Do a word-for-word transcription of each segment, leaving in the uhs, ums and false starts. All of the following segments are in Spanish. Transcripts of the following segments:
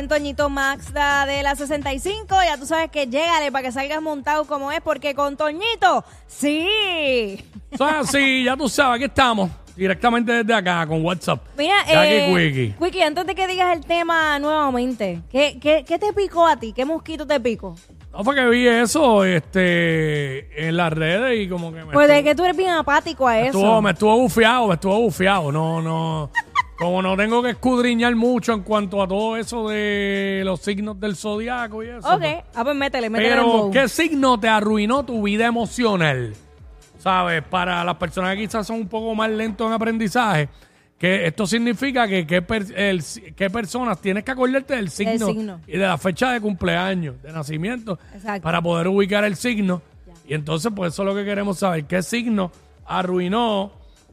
en Toñito Maxda de la sesenta y cinco. Ya tú sabes que llégale para que salgas montado como es, porque con Toñito, sí. Sí, ya tú sabes, aquí estamos. Directamente desde acá, con WhatsApp. Mira, Jackie eh, Quickie. Quickie, antes de que digas el tema nuevamente, ¿qué, qué, ¿qué te picó a ti? ¿Qué mosquito te picó? No fue que vi eso este, en las redes y como que me Pues estuvo, de que tú eres bien apático a me eso. estuvo, me estuvo bufiado, me estuvo bufiado. No, no. Como no tengo que escudriñar mucho en cuanto a todo eso de los signos del zodiaco y eso. Ok, pues. ah, pues métele, métele el Pero, bow. ¿qué signo te arruinó tu vida emocional? ¿Sabes? Para las personas que quizás son un poco más lentos en aprendizaje, que esto significa que qué per, el- qué personas tienes que acordarte del signo, signo. y de la fecha de cumpleaños, de nacimiento, Exacto. para poder ubicar el signo. Y entonces, pues eso es lo que queremos saber. ¿Qué signo arruinó?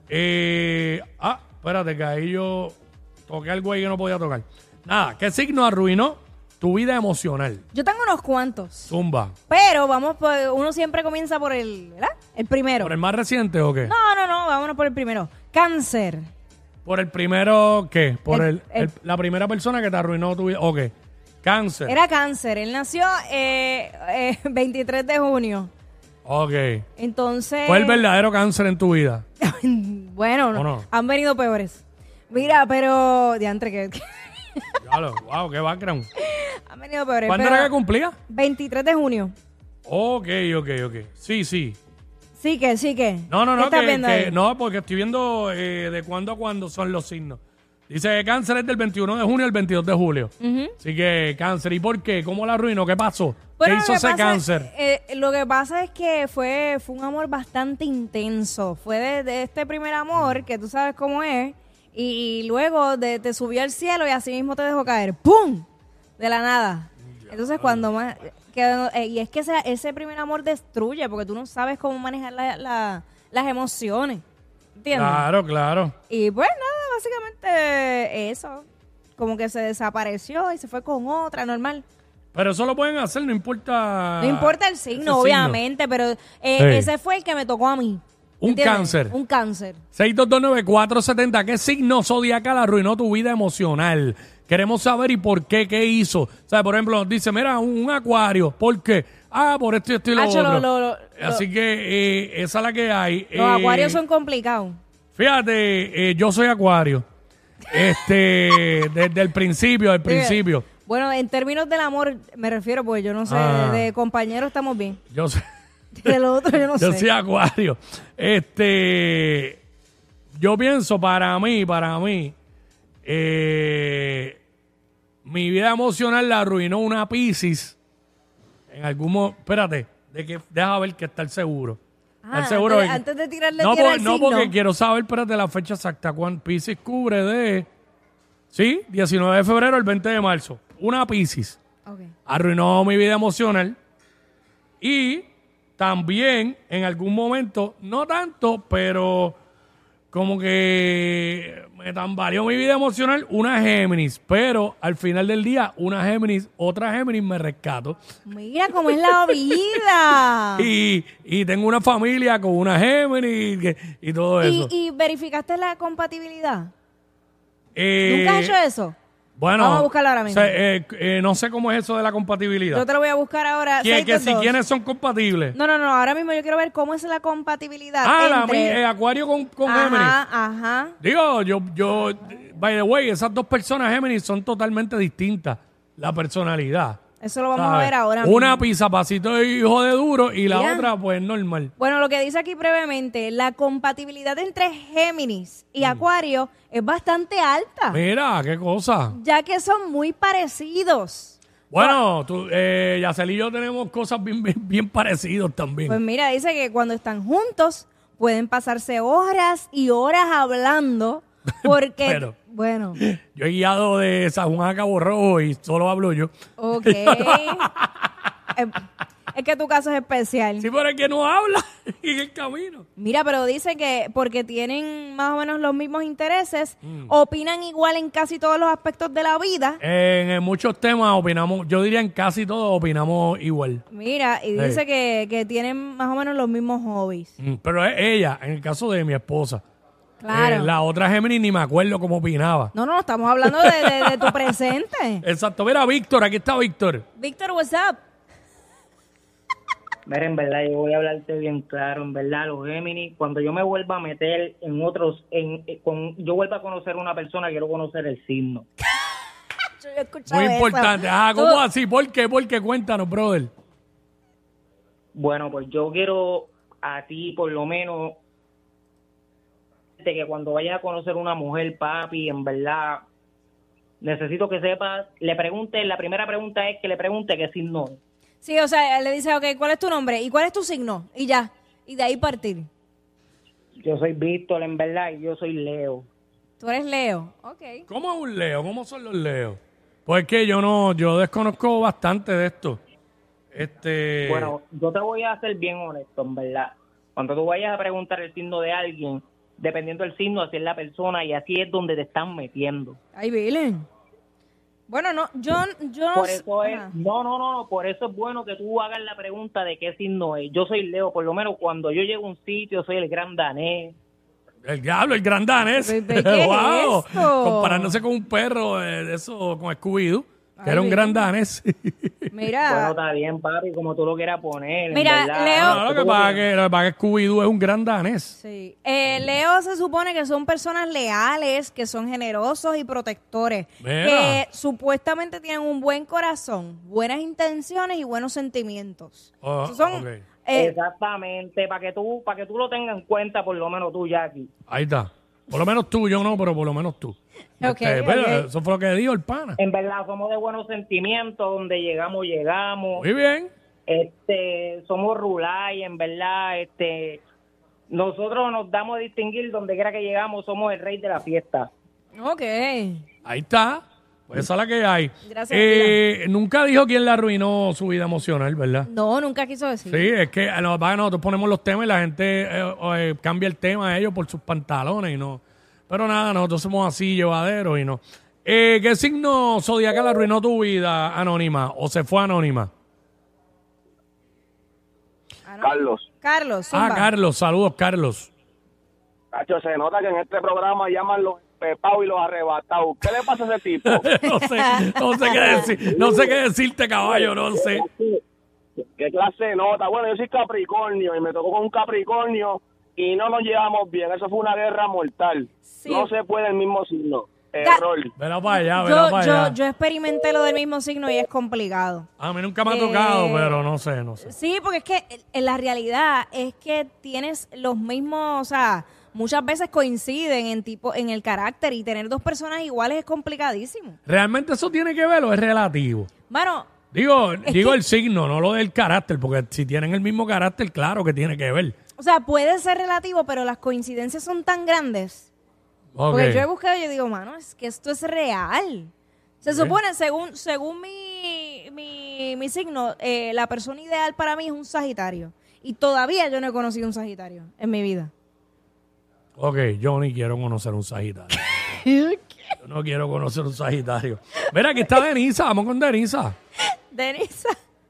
Eh, ah, espérate, que ahí yo toqué algo ahí que no podía tocar. Nada, ¿qué signo arruinó tu vida emocional? Yo tengo unos cuantos, Zumba. pero vamos, por, uno siempre comienza por el, ¿verdad? El primero. ¿Por el más reciente o qué? No, no, no, vámonos por el primero. Cáncer. ¿Por el primero qué? ¿Por El- el, el- el- la primera persona que te arruinó tu vida? ¿O qué? Cáncer. Era cáncer. Él nació eh, eh, veintitrés de junio. Ok. Entonces... ¿Fue el verdadero cáncer en tu vida? Bueno, ¿O no? han venido peores. Mira, pero... Diantre, que... que Claro, wow, qué background. han venido peores. ¿Cuándo pero era que cumplía? veintitrés de junio. Ok, ok, ok. Sí, sí. Sí que, sí que. No, no, ¿Qué no, estás que, viendo que- ahí? no, porque estoy viendo eh, de cuándo a cuándo son los signos. Dice que cáncer es del veintiuno de junio al veintidós de julio. Ujú. Así que cáncer. ¿Y por qué? ¿Cómo la arruinó? ¿Qué pasó? Bueno, ¿Qué lo hizo que ese pasa- cáncer? eh, lo que pasa es que fue, fue un amor bastante intenso. Fue de, de este primer amor, que tú sabes cómo es, y, y luego de, te subió al cielo y así mismo te dejó caer. ¡Pum! De la nada. Entonces cuando más... que, eh, y es que ese, ese primer amor destruye, porque tú no sabes cómo manejar la- la- las emociones. ¿Entiendes? Claro, claro. Y pues nada, básicamente eso. Como que se desapareció y se fue con otra, normal. Pero eso lo pueden hacer, no importa. No importa el ese signo, obviamente, pero eh, Sí. ese fue el que me tocó a mí. Un ¿Entiendes? cáncer. Un cáncer. seis dos dos nueve cuatro siete cero. ¿Qué signo zodiacal arruinó tu vida emocional? Queremos saber y por qué, qué hizo. O sea, por ejemplo, nos dice, mira, un, un acuario. ¿Por qué? Ah, por esto y esto y lo Hacho, otro. lo- lo- lo- Así que eh, esa es la que hay. Los Eh, acuarios son complicados. Fíjate, eh, yo soy acuario. Este, desde el principio, del principio. Bueno, en términos del amor, me refiero, pues yo no sé, Ah. de, de compañeros estamos bien. Yo soy... De lo otro yo no Yo sé. soy acuario. Este, yo pienso para mí, para mí, eh, mi vida emocional la arruinó una Piscis. En algún momento, espérate, de que, deja ver que estar seguro. Ah, Estar seguro antes, de que- antes de tirarle no, tierra por- al no signo. porque quiero saber, espérate, la fecha exacta. Cuando Piscis cubre de, sí, diecinueve de febrero al veinte de marzo. Una Piscis. Ok. Arruinó mi vida emocional y también en algún momento, no tanto, pero como que me tambaleó mi vida emocional una Géminis, pero al final del día una Géminis, otra Géminis me rescato Mira cómo es la vida. y, y tengo una familia con una Géminis que- y todo ¿Y, eso. y verificaste la compatibilidad? Eh, ¿Nunca has hecho eso? Bueno, Vamos a buscarlo ahora mismo. o sea, eh, eh, no sé cómo es eso de la compatibilidad. Yo te lo voy a buscar ahora. Que, que si seis dos dos. quienes son compatibles. No, no, no. Ahora mismo yo quiero ver cómo es la compatibilidad Ah, la, mi- entre... eh, Acuario con, con Géminis. Ajá, ajá. Digo, yo, yo, by the way, esas dos personas Géminis son totalmente distintas. La personalidad. Eso lo vamos ¿sabes? a ver ahora mismo. Una pizza pasito de hijo de duro y la Mira. otra, pues, normal. Bueno, lo que dice aquí brevemente, la compatibilidad entre Géminis Mm. y Acuario es bastante alta, Mira, qué cosa. ya que son muy parecidos. Bueno, tú, eh, Yacel y yo tenemos cosas bien, bien, bien parecidas también. Pues mira, dice que cuando están juntos pueden pasarse horas y horas hablando porque, Pero- bueno, Yo he guiado de San Juan a Cabo Rojo y solo hablo yo. ok. es, es que tu caso es especial. Sí, pero es que no habla en el camino. Mira, pero dice que porque tienen más o menos los mismos intereses, Mm. opinan igual en casi todos los aspectos de la vida. En, en muchos temas opinamos, yo diría en casi todos opinamos igual. Mira, y Sí. dice que, que tienen más o menos los mismos hobbies. Mm, Pero es ella, en el caso de mi esposa. Claro. Eh, la otra Géminis ni me acuerdo cómo opinaba. No, no, estamos hablando de, de- de tu presente. Exacto. Mira, Víctor, aquí está Víctor. Víctor, what's up? Mira, en verdad, yo voy a hablarte bien claro, en verdad, los Géminis, cuando yo me vuelva a meter en otros, en, eh, con, yo vuelva a conocer a una persona, quiero conocer el signo. Yo he escuchado Muy eso. importante. Ah, ¿cómo Tú- así? ¿Por qué? ¿Por qué? Cuéntanos, brother. Bueno, pues yo quiero a ti, por lo menos, de que cuando vayas a conocer una mujer, papi, en verdad, necesito que sepas, le pregunte, la primera pregunta es que le pregunte qué signo es. Sí, o sea, él le dice, ok, ¿cuál es tu nombre? ¿Y cuál es tu signo? Y ya. Y de ahí partir. Yo soy Víctor, en verdad, y yo soy Leo. Tú eres Leo. Ok. ¿Cómo es un Leo? ¿Cómo son los Leos? Pues que yo no, yo desconozco bastante de esto. Este. Bueno, yo te voy a ser bien honesto, en verdad. Cuando tú vayas a preguntar el signo de alguien, dependiendo del signo, así es la persona y así es donde te están metiendo. Ay, Vilen. Bueno, no, yo, yo no Por sé- eso es, Ajá. no, no, no, no, por eso es bueno que tú hagas la pregunta de qué signo es. Yo soy Leo, por lo menos cuando yo llego a un sitio, soy el gran danés. El diablo, el gran danés. Ve- ve, ¿qué es Wow. esto? Comparándose con un perro, eh, de eso, con Scooby-Doo, que Ay, era un bien. gran danés. Mira, Bueno, está bien, papi, como tú lo quieras poner. en Mira, verdad. Leo- No, lo que pasa es que, lo que pasa es que Scooby-Doo es un gran danés. sí. Eh, Leo se supone que son personas leales, que son generosos y protectores, Mira. que supuestamente tienen un buen corazón, buenas intenciones y buenos sentimientos. Oh, Esos son, ok. eh, Exactamente, para que tú, para que tú lo tengas en cuenta, por lo menos tú, Jackie. Ahí está. Por lo menos tú, yo no, pero por lo menos tú. Ok, Este, pero ok. eso fue lo que dijo el pana. En verdad, somos de buenos sentimientos, donde llegamos, llegamos. Muy bien. Este, somos rulay, en verdad, este, nosotros nos damos a distinguir donde quiera que llegamos, somos el rey de la fiesta. ok. Ahí está. Pues esa es la que hay. Gracias, Eh, nunca dijo quién le arruinó su vida emocional, ¿verdad? No, nunca quiso decir. Sí, es que a lo que pasa es que nosotros ponemos los temas y la gente eh, eh, cambia el tema a ellos por sus pantalones y no. Pero nada, nosotros somos así llevaderos y no. Eh, ¿Qué signo zodiacal arruinó tu vida, Anónima? ¿O se fue Anónima? Ah, ¿no? Carlos, Carlos, Ah, zumba. Carlos. Saludos, Carlos. cacho, se nota que en este programa llaman los pepados y los arrebatados. ¿Qué le pasa a ese tipo? no sé, no sé qué decir, no sé qué decirte, caballo, no sé. ¿Qué clase de nota? Bueno, yo soy Capricornio y me tocó con un Capricornio y no nos llevamos bien. Eso fue una guerra mortal. Sí. No se puede el mismo signo. Ya- Error. Vela para allá, vela Yo, para yo, allá. yo experimenté lo del mismo signo y es complicado. A mí nunca me ha Eh, tocado, pero no sé, no sé. Sí, porque es que en la realidad es que tienes los mismos, o sea, muchas veces coinciden en tipo, en el carácter y tener dos personas iguales es complicadísimo. ¿Realmente eso tiene que ver o es relativo? Mano, Digo, digo que- el signo, no lo del carácter, porque si tienen el mismo carácter, claro que tiene que ver. o sea, puede ser relativo, pero las coincidencias son tan grandes. Ok. Porque yo he buscado y yo digo, mano, es que esto es real. Se supone, según, según mi, mi, mi signo, eh, la persona ideal para mí es un Sagitario. Y todavía yo no he conocido un Sagitario en mi vida. Ok, yo ni quiero conocer un Sagitario. Yo no quiero conocer un Sagitario. Mira, aquí está Denisa, vamos con Denisa. Denisa.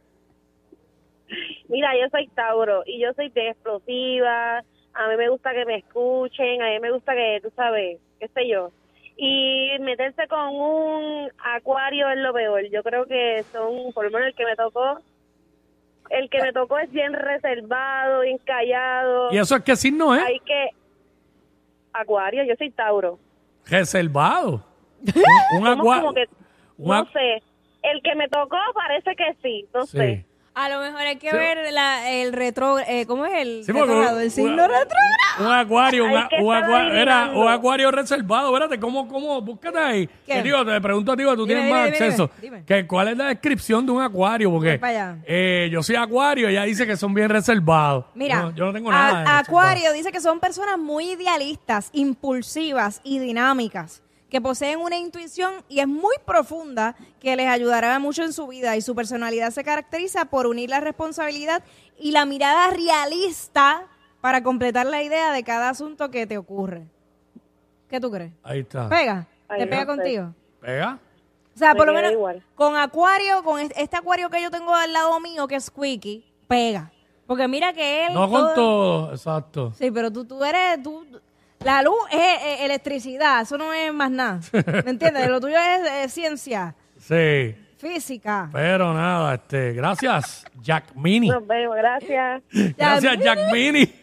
Mira, yo soy Tauro y yo soy bien explosiva, a mí me gusta que me escuchen, a mí me gusta que, tú sabes, qué sé yo. Y meterse con un acuario es lo peor. Yo creo que son, por lo menos el que me tocó, el que me tocó es bien reservado, bien callado. ¿Y eso es qué signo es? Hay que... Acuario, yo soy Tauro. Reservado. Un, un Somos como acuario. que, un no ac- sé, el que me tocó parece que sí, no Sí. sé. A lo mejor hay que Sí. ver la, el retro, eh, ¿cómo es el Sí, porque retrogrado? un- El signo un- retrógrado. Un acuario, un, Hay a- que un estar acuario, era adivinando. un acuario reservado. Espérate, ¿cómo, cómo? Búscate ahí. ¿Qué? Que digo, te pregunto a ti, que tú Dime, tienes dime, más dime, acceso. dime, dime. Que, ¿cuál es la descripción de un acuario? Porque Voy para allá. eh, yo soy acuario y ella dice que son bien reservados. Mira, yo, no- yo no tengo a- nada. de reservado. Acuario dice que son personas muy idealistas, impulsivas y dinámicas, que poseen una intuición y es muy profunda que les ayudará mucho en su vida y su personalidad se caracteriza por unir la responsabilidad y la mirada realista para completar la idea de cada asunto que te ocurre. ¿Qué tú crees? Ahí está. ¿Pega? Ay, ¿Te no pega sé. contigo? ¿Pega? O sea, Me por lo queda menos igual. con Acuario, con es- este Acuario que yo tengo al lado mío, que es Squeaky, pega. Porque mira que él... No con todo, exacto. Sí, pero tú, tú eres... Tú, La luz es eh, electricidad, eso no es más nada. ¿Me entiendes? Lo tuyo es eh, ciencia, Sí. física. Pero nada, este, gracias, Jack Mini. Nos vemos, gracias. Gracias, Jack Mini.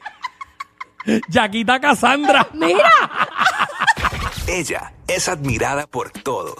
Jaquita Cassandra. Mira. Ella es admirada por todos.